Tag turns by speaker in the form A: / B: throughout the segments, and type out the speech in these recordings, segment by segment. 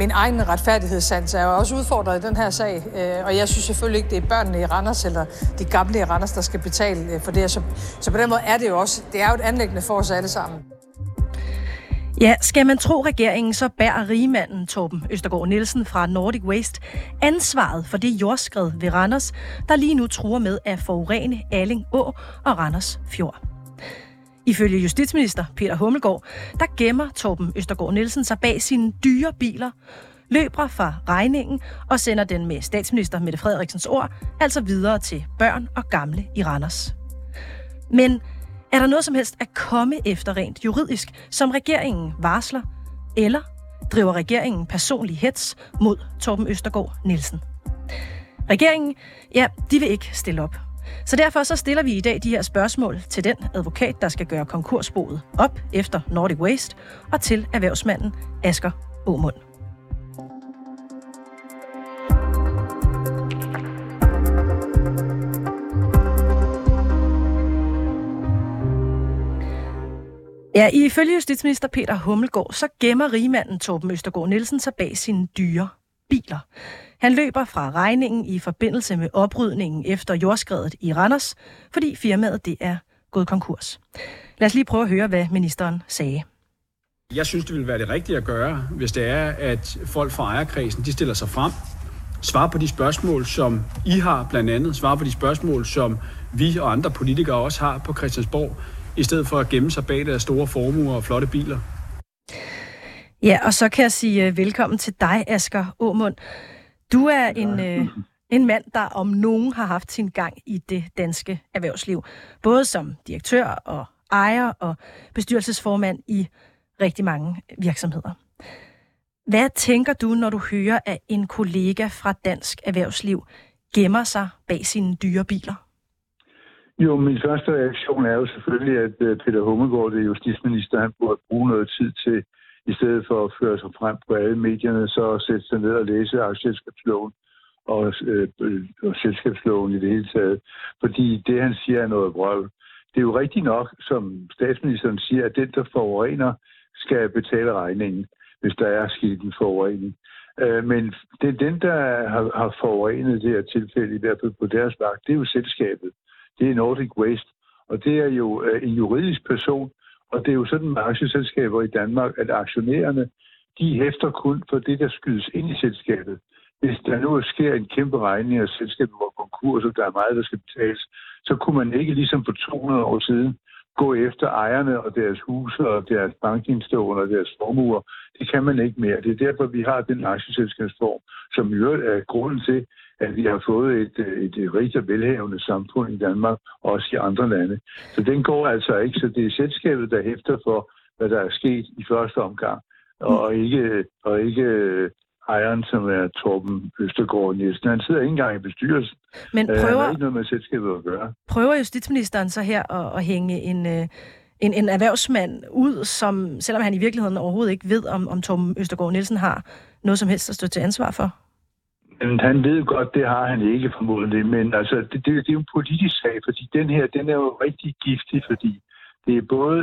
A: min egen retfærdighedssans er jo også udfordret i den her sag, og jeg synes selvfølgelig ikke, det er børnene i Randers eller de gamle i Randers, der skal betale for det. Så på den måde er det jo også, det er jo et anliggende for os alle sammen.
B: Ja, skal man tro regeringen, så bærer rigmanden Torben Østergaard Nielsen fra Nordic Waste ansvaret for det jordskred ved Randers, der lige nu truer med at forurene Alling Å og Randers Fjord. Ifølge justitsminister Peter Hummelgaard, der gemmer Torben Østergaard Nielsen sig bag sine dyre biler, løber fra regningen og sender den med statsminister Mette Frederiksens ord altså videre til børn og gamle i Randers. Men er der noget som helst at komme efter rent juridisk, som regeringen varsler, eller driver regeringen personlig hets mod Torben Østergaard Nielsen? Regeringen, ja, de vil ikke stille op. Så derfor så stiller vi i dag de her spørgsmål til den advokat, der skal gøre konkursboet op efter Nordic Waste, og til erhvervsmanden Asger Aamund. Ja, ifølge justitsminister Peter Hummelgaard, så gemmer rigmanden Torben Østergaard Nielsen sig bag sine dyre biler. Han løber fra regningen i forbindelse med oprydningen efter jordskredet i Randers, fordi firmaet det er gået konkurs. Lad os lige prøve at høre, hvad ministeren sagde.
C: Jeg synes, det vil være det rigtige at gøre, hvis det er, at folk fra ejerkredsen, de stiller sig frem, svarer på de spørgsmål, som I har blandt andet, svarer på de spørgsmål, som vi og andre politikere også har på Christiansborg, i stedet for at gemme sig bag deres store formuer og flotte biler.
B: Ja, og så kan jeg sige velkommen til dig, Asger Aamund. Du er en mand, der om nogen har haft sin gang i det danske erhvervsliv. Både som direktør og ejer og bestyrelsesformand i rigtig mange virksomheder. Hvad tænker du, når du hører, at en kollega fra dansk erhvervsliv gemmer sig bag sine dyre biler?
D: Jo, min første reaktion er jo selvfølgelig, at Peter Hummelgaard, det justitsminister, han burde bruge noget tid til, i stedet for at føre sig frem på alle medierne, så sætte sig ned og læse aktieselskabsloven og selskabsloven i det hele taget. Fordi det, han siger, er noget vrøvl. Det er jo rigtigt nok, som statsministeren siger, at den, der forurener, skal betale regningen, hvis der er sket en forurening. Men det er den, der har forurenet det her tilfælde, i hvert fald på deres vagt, det er jo selskabet. Det er Nordic Waste, og det er jo en juridisk person, og det er jo sådan med aktieselskaber i Danmark, at aktionærerne, de hæfter kun for det, der skydes ind i selskabet. Hvis der nu sker en kæmpe regning, og selskabet går konkurs, og der er meget, der skal betales, så kunne man ikke ligesom for 200 år siden gå efter ejerne og deres huse og deres bankindstående og deres formuer. Det kan man ikke mere. Det er derfor, vi har den aktieselskabsform, som jo er grunden til, at vi har fået et rigtig velhavende samfund i Danmark, også i andre lande. Så den går altså ikke, så det er selskabet, der hæfter for, hvad der er sket i første omgang, og ikke ejeren, som er Torben Østergaard Nielsen. Han sidder ikke engang i bestyrelsen.
B: Men
D: han har ikke noget med selskabet at gøre.
B: Prøver justitsministeren så her at hænge en erhvervsmand ud, som, selvom han i virkeligheden overhovedet ikke ved, om Torben Østergaard Nielsen har noget som helst at stå til ansvar for?
D: Men han ved godt, det har han ikke formodentlig, men altså, det er jo en politisk sag, fordi den er jo rigtig giftig, fordi det er både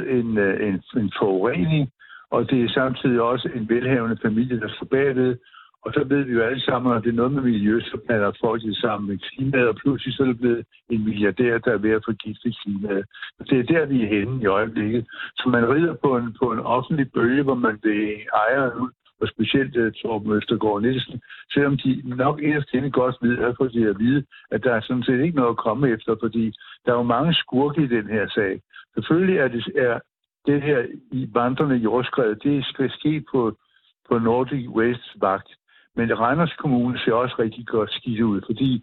D: en forurening, og det er samtidig også en velhavende familie, der står bagved. Og så ved vi jo alle sammen, at det er noget med miljø, så blander folk det sammen med klimaet, og pludselig så er det blevet en milliardær, der er ved at forgifte klimaet. Det er der, vi er henne i øjeblikket. Så man rider på en offentlig bølge, hvor man vil ejere ud, og specielt Torben Østergaard Nielsen, selvom de nok inderst inde godt ved, for de at vide, at der er sådan set ikke noget at komme efter, fordi der er jo mange skurke i den her sag. Selvfølgelig er det her i vandrende jordskred, det skal ske på Nordic Wastes vagt. Men Randers Kommune ser også rigtig godt skidt ud, fordi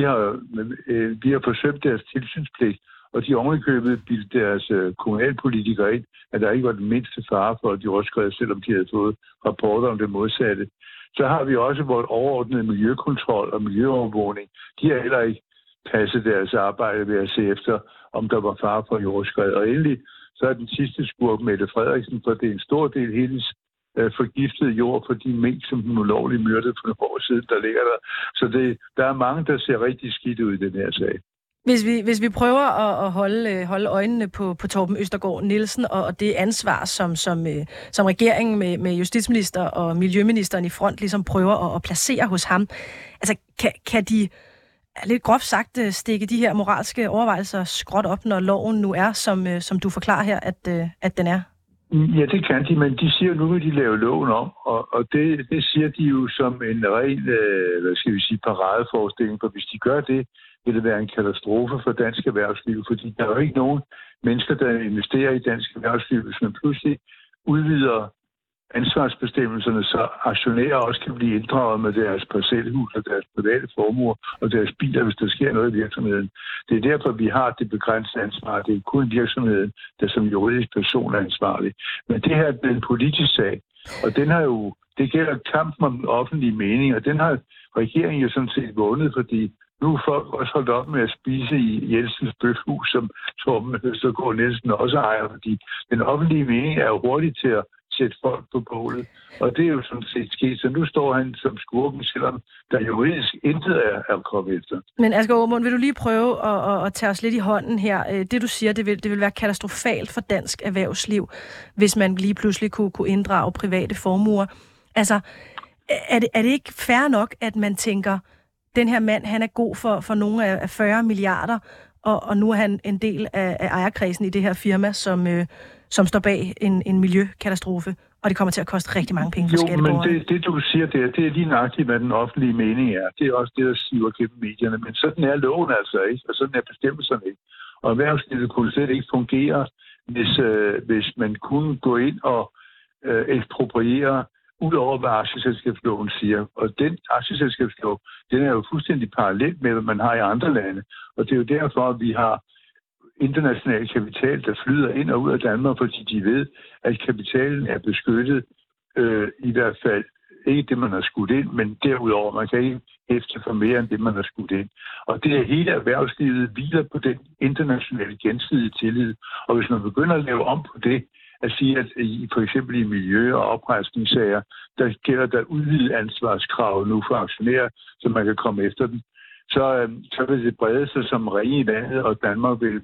D: vi har forsømt deres tilsynspligt, og de ovenikøbet bildt deres kommunalpolitikere ind, at der ikke var den mindste fare for et jordskred, selvom de havde fået rapporter om det modsatte. Så har vi også vores overordnede miljøkontrol og miljøovervågning. De har heller ikke passet deres arbejde ved at se efter, om der var fare for jordskred. Og endelig så er den sidste skurk Mette Frederiksen, for det er en stor del hendes forgiftede jord for de mink, som den ulovligt myrdede for nogle år siden, der ligger der. Så der er mange, der ser rigtig skidt ud i den her sag.
B: Hvis vi prøver at holde øjnene på Torben Østergaard Nielsen og det ansvar, som regeringen med justitsminister og miljøministeren i front ligesom prøver at placere hos ham, altså kan de lidt groft sagt stikke de her moralske overvejelser skråt op, når loven nu er, som du forklarer her, at den er?
D: Ja, det kan de, men de siger, at nu vil de lave loven om, og det siger de jo som en ren, paradeforestilling, for hvis de gør det, vil det være en katastrofe for dansk erhvervsliv, fordi der er jo ikke nogen mennesker, der investerer i dansk erhvervsliv, hvis man pludselig udvider ansvarsbestemmelserne, så aktionærer også kan blive inddraget med deres parcelhus og deres private formuer og deres biler, hvis der sker noget i virksomheden. Det er derfor, vi har det begrænsede ansvar. Det er kun virksomheden, der som juridisk person er ansvarlig. Men det her er en politisk sag, og det gælder kampen om den offentlige mening, og den har regeringen jo sådan set vundet, fordi nu er folk også holdt op med at spise i Jelsens Bøfhus, som Torben Østergaard Nielsen også ejer, fordi den offentlige mening er jo hurtigt til at sætte folk på bålet. Og det er jo sådan set sket. Så nu står han som skurken, selvom der juridisk intet er kommet efter.
B: Men Asger Aamund, vil du lige prøve at tage os lidt i hånden her? Det du siger, det vil være katastrofalt for dansk erhvervsliv, hvis man lige pludselig kunne inddrage private formuer. Altså, er det ikke fair nok, at man tænker, den her mand, han er god for nogle af 40 milliarder, og nu er han en del af ejerkredsen i det her firma, som står bag en miljøkatastrofe, og det kommer til at koste rigtig mange penge for skatteborgerne.
D: Men det du siger der, det er lige nøjagtigt, hvad den offentlige mening er. Det er også det, der siver gennem medierne. Men sådan er loven altså ikke, og sådan er bestemmelserne ikke. Og erhvervslivet kunne slet ikke fungere, hvis man kunne gå ind og ekspropriere ud over, hvad aktieselskabsloven siger. Og den aktieselskabslov, den er jo fuldstændig parallel med, hvad man har i andre lande. Og det er jo derfor, at vi har international kapital, der flyder ind og ud af Danmark, fordi de ved, at kapitalen er beskyttet, i hvert fald ikke det, man har skudt ind, men derudover, man kan ikke hæfte for mere end det, man har skudt ind. Og det er hele erhvervslivet hviler på den internationale gensidige tillid. Og hvis man begynder at lave om på det, at sige, at for eksempel i miljø- og oprejsningssager, der gælder der udvidet ansvarskrav nu for aktionærer, så man kan komme efter dem, så vil det brede sig som ringe i vandet, og Danmark vil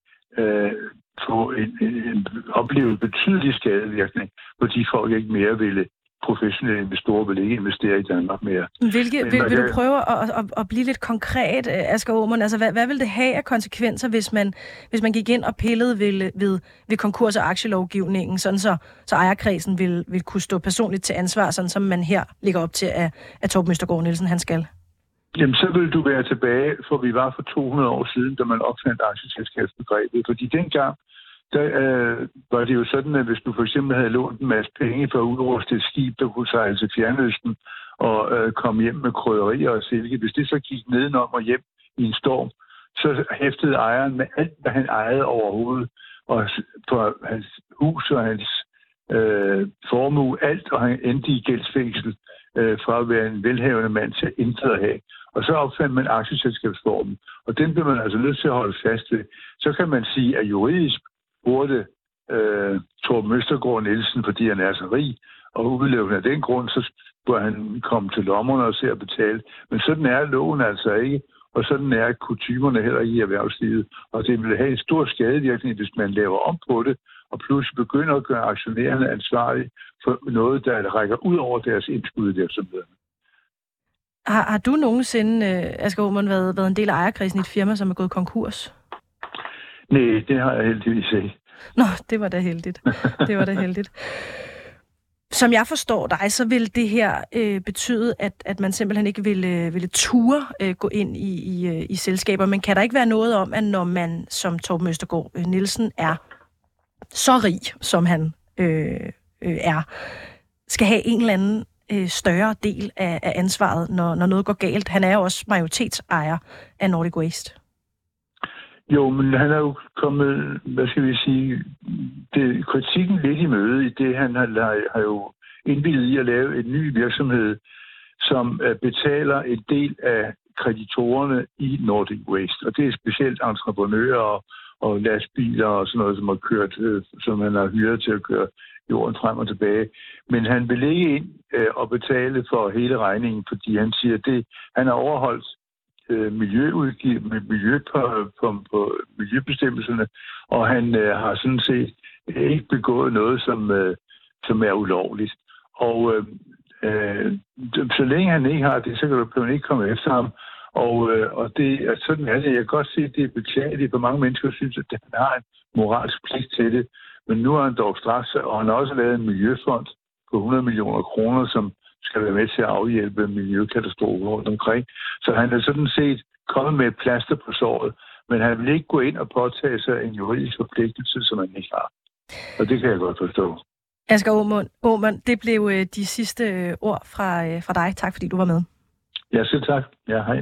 D: få en oplevet betydelig skadevirkning, fordi folk ikke mere ville, professionelle investorer vil ikke investere i Danmark mere.
B: Vil du prøve at blive lidt konkret, Asger Aamund? Altså, hvad vil det have af konsekvenser, hvis man gik ind og pillede ved konkurs- og aktielovgivningen, sådan så ejerkredsen vil kunne stå personligt til ansvar, sådan som man her ligger op til, at Torben Østergaard Nielsen han skal?
D: Jamen, så vil du være tilbage, for vi var for 200 år siden, da man opfandt aktieselskabsbegrebet. Fordi dengang, der var det jo sådan, at hvis du for eksempel havde lånt en masse penge for at udruste et skib, der kunne sejle til Fjernøsten og komme hjem med krydderier og silke, hvis det så gik nedenom og hjem i en storm, så hæftede ejeren med alt, hvad han ejede overhovedet, og på hans hus og hans formue, alt, og han endte i gældsfængsel fra at være en velhavende mand til intet at have. Og så opfandt man aktieselskabsformen, og den bliver man altså nødt til at holde fast ved. Så kan man sige, at juridisk burde Torben Østergaard Nielsen, fordi han er så rig, og udelukkende af den grund, så burde han komme til lommerne og se at betale. Men sådan er loven altså ikke, og sådan er kutymerne heller ikke i erhvervslivet. Og det vil have en stor skadevirkning, hvis man laver om på det, og pludselig begynder at gøre aktionærerne ansvarlige for noget, der rækker ud over deres indskud i virksomheden.
B: Har du nogensinde, Asger Aamund, været en del af ejerkredsen i et firma, som er gået konkurs?
D: Nej, det har jeg heldigvis ikke.
B: Nå, det var da heldigt. Det var da heldigt. Som jeg forstår dig, så vil det her betyde, at man simpelthen ikke ville ture gå ind i selskaber. Men kan der ikke være noget om, at når man som Torben Østergaard Nielsen er så rig, som han er, skal have en eller anden større del af ansvaret, når noget går galt? Han er jo også majoritetsejer af Nordic Waste.
D: Jo, men han er jo kommet, kritikken lidt i møde i det, han har jo indvilget i at lave en ny virksomhed, som betaler en del af kreditorerne i Nordic Waste. Og det er specielt entreprenører og lastbiler og sådan noget, som har kørt, som han har hyret til at køre jorden frem og tilbage. Men han vil ikke ind og betale for hele regningen, fordi han siger, at han har overholdt på miljøbestemmelserne, og han har sådan set ikke begået noget, som er ulovligt. Og så længe han ikke har det, så kan man ikke komme efter ham. Og det, sådan er det. Jeg kan godt se, at det er beklageligt, for mange mennesker synes, at han har en moralsk pligt til det. Men nu har han dog straks, og han har også lavet en miljøfond på 100 millioner kroner, som skal være med til at afhjælpe miljøkatastrofer rundt omkring. Så han er sådan set kommet med et plaster på såret, men han vil ikke gå ind og påtage sig en juridisk forpligtelse, som han ikke har. Og det kan jeg godt forstå.
B: Asger Aamund, det blev de sidste ord fra dig. Tak fordi du var med.
D: Ja, selv tak. Ja, hej.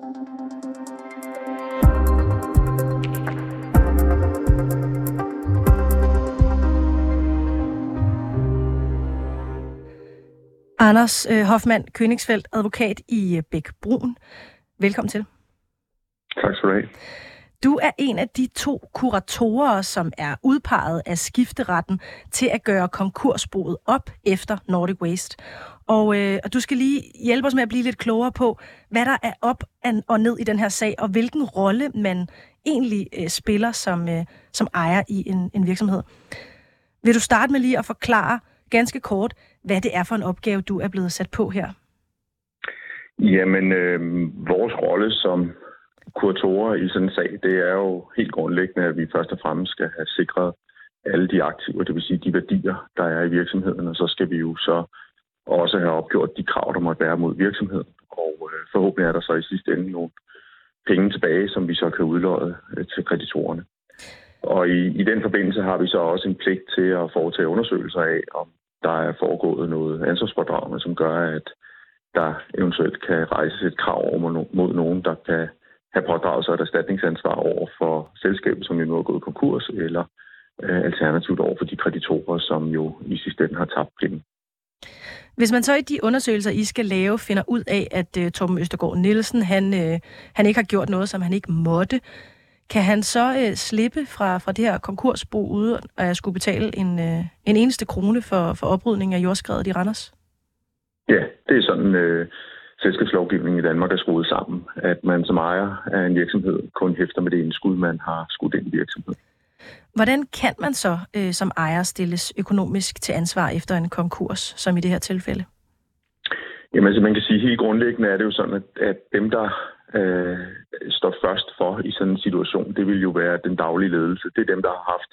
B: Anders Hoffmann Königsfeldt, advokat i Bech-Bruun. Velkommen til.
E: Tak skal du have.
B: Du er en af de 2 kuratorer, som er udpeget af skifteretten til at gøre konkursboet op efter Nordic Waste. Og du skal lige hjælpe os med at blive lidt klogere på, hvad der er op og ned i den her sag, og hvilken rolle man egentlig spiller som ejer i en virksomhed. Vil du starte med lige at forklare ganske kort, hvad det er for en opgave, du er blevet sat på her?
E: Jamen, vores rolle som kuratorer i sådan en sag, det er jo helt grundlæggende, at vi først og fremmest skal have sikret alle de aktiver, det vil sige de værdier, der er i virksomheden, og så skal vi jo så også have opgjort de krav, der måtte være mod virksomheden. Og forhåbentlig er der så i sidste ende nogle penge tilbage, som vi så kan udlodde til kreditorerne. Og i den forbindelse har vi så også en pligt til at foretage undersøgelser af, om der er foregået noget ansvarspådragende, som gør, at der eventuelt kan rejses et krav mod nogen, der kan have pådraget sig et erstatningsansvar over for selskabet, som jo nu er gået konkurs, eller alternativt over for de kreditorer, som jo i sidste ende har tabt penge.
B: Hvis man så i de undersøgelser, I skal lave, finder ud af, at Torben Østergaard Nielsen, han ikke har gjort noget, som han ikke måtte, kan han så slippe fra det her konkursbo ude, og jeg skulle betale en eneste krone for oprydning af jordskredet i Randers?
E: Ja, det er sådan selskabslovgivningen i Danmark er skruet sammen, at man som ejer af en virksomhed kun hæfter med det indskud, man har skudt ind i virksomheden.
B: Hvordan kan man så som ejer stilles økonomisk til ansvar efter en konkurs, som i det her tilfælde?
E: Jamen altså, man kan sige, helt grundlæggende er det jo sådan, at dem, der står først for i sådan en situation, det vil jo være den daglige ledelse. Det er dem, der har haft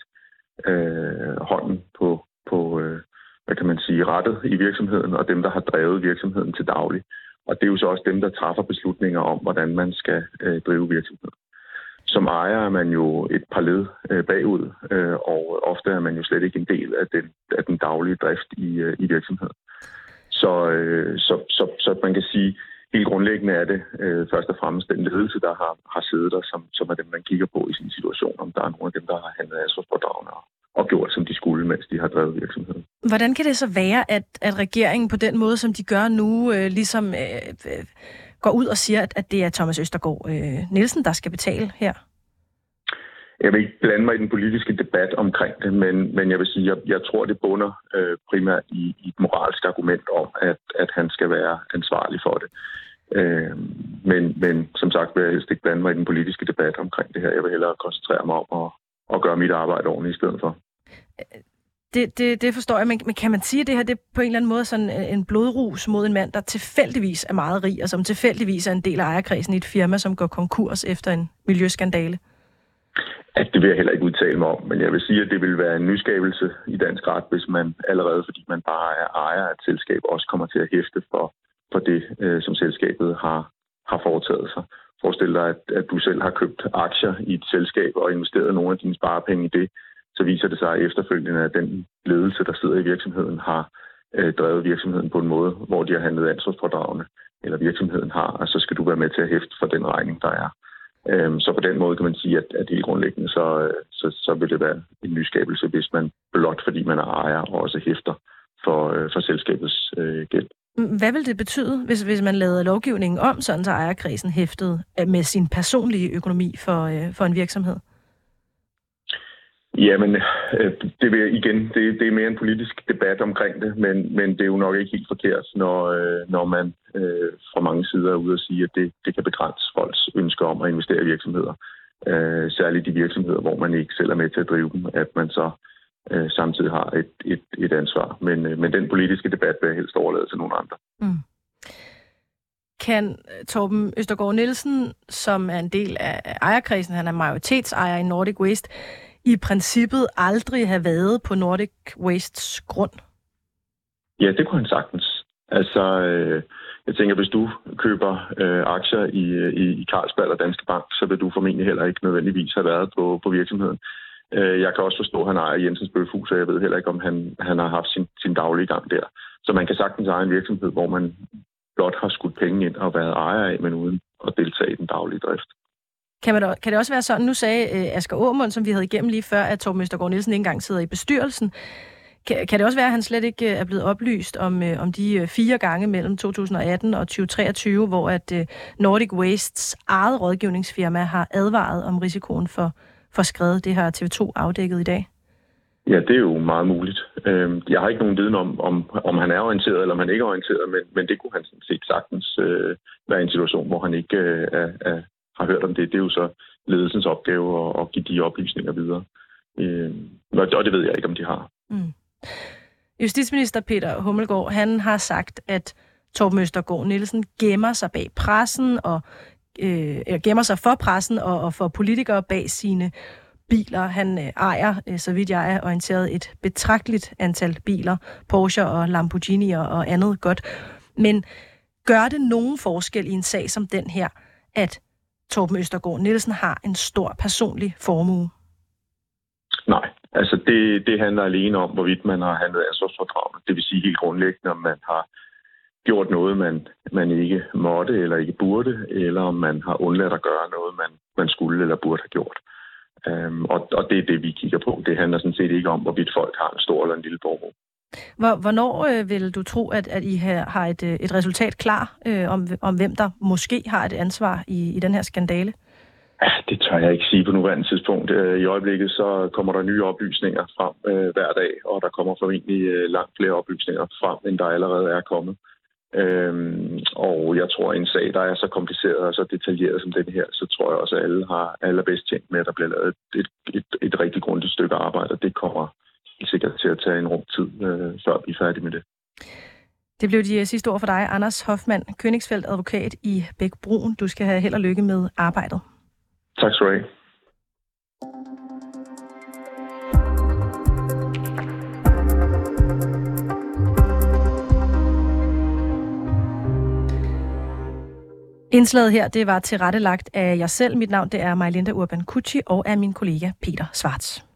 E: hånden på hvad kan man sige, rettet i virksomheden, og dem, der har drevet virksomheden til daglig. Og det er jo så også dem, der træffer beslutninger om, hvordan man skal drive virksomheden. Som ejer er man jo et par led bagud, og ofte er man jo slet ikke en del af den daglige drift i virksomheden. Så man kan sige, helt grundlæggende er det først og fremmest den ledelse, der har siddet der, som er dem, man kigger på i sin situation, om der er nogle af dem, der har handlet ansvarspådragende og gjort, som de skulle, mens de har drevet virksomheden.
B: Hvordan kan det så være, at regeringen på den måde, som de gør nu, ligesom går ud og siger, at det er Thomas Østergaard Nielsen, der skal betale her?
E: Jeg vil ikke blande mig i den politiske debat omkring det, men jeg vil sige, at jeg tror, det bunder primært i et moralsk argument om, at han skal være ansvarlig for det. Men som sagt vil jeg helst ikke blande mig i den politiske debat omkring det her. Jeg vil hellere koncentrere mig om at gøre mit arbejde ordentligt i stedet for.
B: Det forstår jeg, men kan man sige, at det her det er på en eller anden måde sådan en blodrus mod en mand, der tilfældigvis er meget rig, og som tilfældigvis er en del af ejerkredsen i et firma, som går konkurs efter en miljøskandale?
E: Det vil jeg heller ikke udtale mig om, men jeg vil sige, at det vil være en nyskabelse i dansk ret, hvis man allerede, fordi man bare er ejer af et selskab, også kommer til at hæfte for det, som selskabet har foretaget sig. Forestil dig, at du selv har købt aktier i et selskab og investeret nogle af dine sparepenge i det, så viser det sig efterfølgende, at den ledelse, der sidder i virksomheden, har drevet virksomheden på en måde, hvor de har handlet ansvarspådragende, eller virksomheden har, og så skal du være med til at hæfte for den regning, der er. Så på den måde kan man sige, at helt grundlæggende, så vil det være en nyskabelse, hvis man blot, fordi man er ejer, og også hæfter for selskabets gæld.
B: Hvad vil det betyde, hvis man lavede lovgivningen om, sådan så ejerkredsen hæftede med sin personlige økonomi for en virksomhed?
E: Jamen, det er mere en politisk debat omkring det, men det er jo nok ikke helt forkert, når man fra mange sider er ude og sige, at det kan begrænse folks ønsker om at investere i virksomheder. Særligt de virksomheder, hvor man ikke selv er med til at drive dem, at man så samtidig har et ansvar. Men den politiske debat vil jeg helst overlade til nogle andre. Mm.
B: Kan Torben Østergaard Nielsen, som er en del af ejerkredsen, han er majoritetsejer i Nordic Waste, i princippet aldrig have været på Nordic Wastes grund?
E: Ja, det kunne han sagtens. Altså, jeg tænker, hvis du køber aktier i Carlsberg eller Danske Bank, så vil du formentlig heller ikke nødvendigvis have været på virksomheden. Jeg kan også forstå, at han ejer Jensens Bøfhus, og jeg ved heller ikke, om han har haft sin daglige gang der. Så man kan sagtens eje en virksomhed, hvor man blot har skudt penge ind og været ejer af, men uden at deltage i den daglige drift.
B: Kan det også være sådan, nu sagde Asger Aamund, som vi havde igennem lige før, at Torben Østergaard Nielsen ikke engang sidder i bestyrelsen. Kan det også være, at han slet ikke er blevet oplyst om de 4 gange mellem 2018 og 2023, hvor at Nordic Wastes eget rådgivningsfirma har advaret om risikoen for skred? Det har TV2 afdækket i dag.
E: Ja, det er jo meget muligt. Jeg har ikke nogen viden om han er orienteret, eller om han ikke er orienteret, men det kunne han set sagtens være en situation, hvor han ikke har hørt om det. Det er jo så ledelsens opgave at give de oplysninger videre. Og det ved jeg ikke, om de har. Mm.
B: Justitsminister Peter Hummelgaard, han har sagt, at Torben Østergaard Nielsen gemmer sig bag pressen og gemmer sig for pressen og for politikere bag sine biler. Han ejer, så vidt jeg er orienteret, et betragteligt antal biler, Porsche og Lamborghini og andet godt. Men gør det nogen forskel i en sag som den her, at Torben Østergaard Nielsen har en stor personlig formue?
E: Nej, altså det handler alene om, hvorvidt man har handlet ansvarsfordragende. Det vil sige helt grundlæggende, om man har gjort noget, man ikke måtte eller ikke burde, eller om man har undladt at gøre noget, man skulle eller burde have gjort. Og det er det, vi kigger på. Det handler sådan set ikke om, hvorvidt folk har en stor eller en lille formue.
B: Hvornår vil du tro, at I har et resultat klar om hvem der måske har et ansvar i den her skandale?
E: Ja, det tør jeg ikke sige på nuværende tidspunkt. I øjeblikket så kommer der nye oplysninger frem hver dag, og der kommer formentlig langt flere oplysninger frem, end der allerede er kommet. Og jeg tror, at en sag, der er så kompliceret og så detaljeret som den her, så tror jeg også, at alle har allerbedst tænkt med, at der bliver lavet et rigtig grundigt stykke arbejde, og det kommer sikkert til at tage en rum tid, før vi er færdige med det.
B: Det blev de sidste ord for dig, Anders Hoffmann, Königsfeldt advokat i Bækbroen. Du skal have held og lykke med arbejdet.
E: Tak skal du have.
B: Indslaget her, det var tilrettelagt af jeg selv. Mit navn, det er Majlinda Urban Kutschi og af min kollega Peter Schwartz.